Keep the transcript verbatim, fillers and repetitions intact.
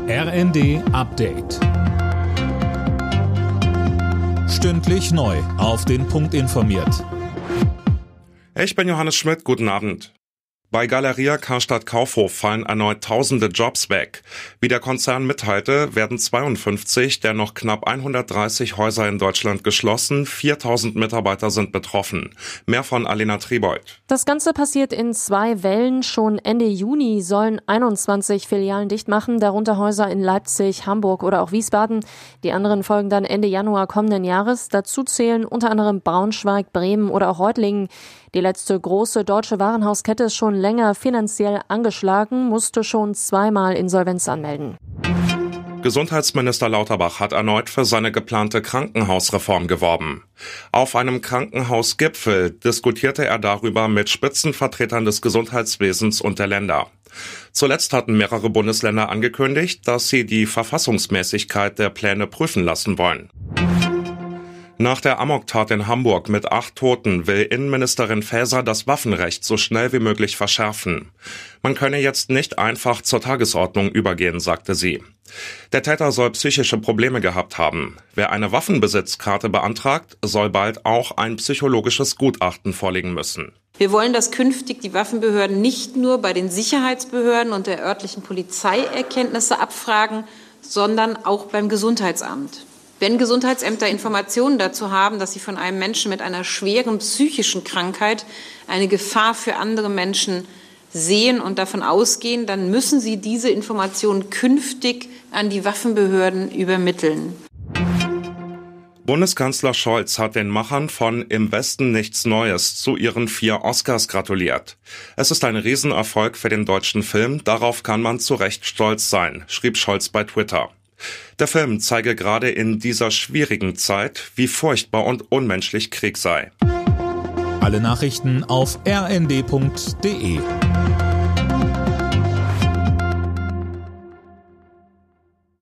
R N D Update. Stündlich neu auf den Punkt informiert. Ich bin Johannes Schmidt, guten Abend. Bei Galeria Karstadt Kaufhof fallen erneut tausende Jobs weg. Wie der Konzern mitteilte, werden zweiundfünfzig der noch knapp hundertdreißig Häuser in Deutschland geschlossen. viertausend Mitarbeiter sind betroffen. Mehr von Alena Triebold. Das Ganze passiert in zwei Wellen. Schon Ende Juni sollen einundzwanzig Filialen dicht machen, darunter Häuser in Leipzig, Hamburg oder auch Wiesbaden. Die anderen folgen dann Ende Januar kommenden Jahres. Dazu zählen unter anderem Braunschweig, Bremen oder auch Reutlingen. Die letzte große deutsche Warenhauskette ist schon länger finanziell angeschlagen, musste schon zweimal Insolvenz anmelden. Gesundheitsminister Lauterbach hat erneut für seine geplante Krankenhausreform geworben. Auf einem Krankenhausgipfel diskutierte er darüber mit Spitzenvertretern des Gesundheitswesens und der Länder. Zuletzt hatten mehrere Bundesländer angekündigt, dass sie die Verfassungsmäßigkeit der Pläne prüfen lassen wollen. Nach der Amoktat in Hamburg mit acht Toten will Innenministerin Faeser das Waffenrecht so schnell wie möglich verschärfen. Man könne jetzt nicht einfach zur Tagesordnung übergehen, sagte sie. Der Täter soll psychische Probleme gehabt haben. Wer eine Waffenbesitzkarte beantragt, soll bald auch ein psychologisches Gutachten vorlegen müssen. Wir wollen, dass künftig die Waffenbehörden nicht nur bei den Sicherheitsbehörden und der örtlichen Polizei Erkenntnisse abfragen, sondern auch beim Gesundheitsamt. Wenn Gesundheitsämter Informationen dazu haben, dass sie von einem Menschen mit einer schweren psychischen Krankheit eine Gefahr für andere Menschen sehen und davon ausgehen, dann müssen sie diese Informationen künftig an die Waffenbehörden übermitteln. Bundeskanzler Scholz hat den Machern von Im Westen nichts Neues zu ihren vier Oscars gratuliert. Es ist ein Riesenerfolg für den deutschen Film, darauf kann man zu Recht stolz sein, schrieb Scholz bei Twitter. Der Film zeige gerade in dieser schwierigen Zeit, wie furchtbar und unmenschlich Krieg sei. Alle Nachrichten auf r n d punkt d e.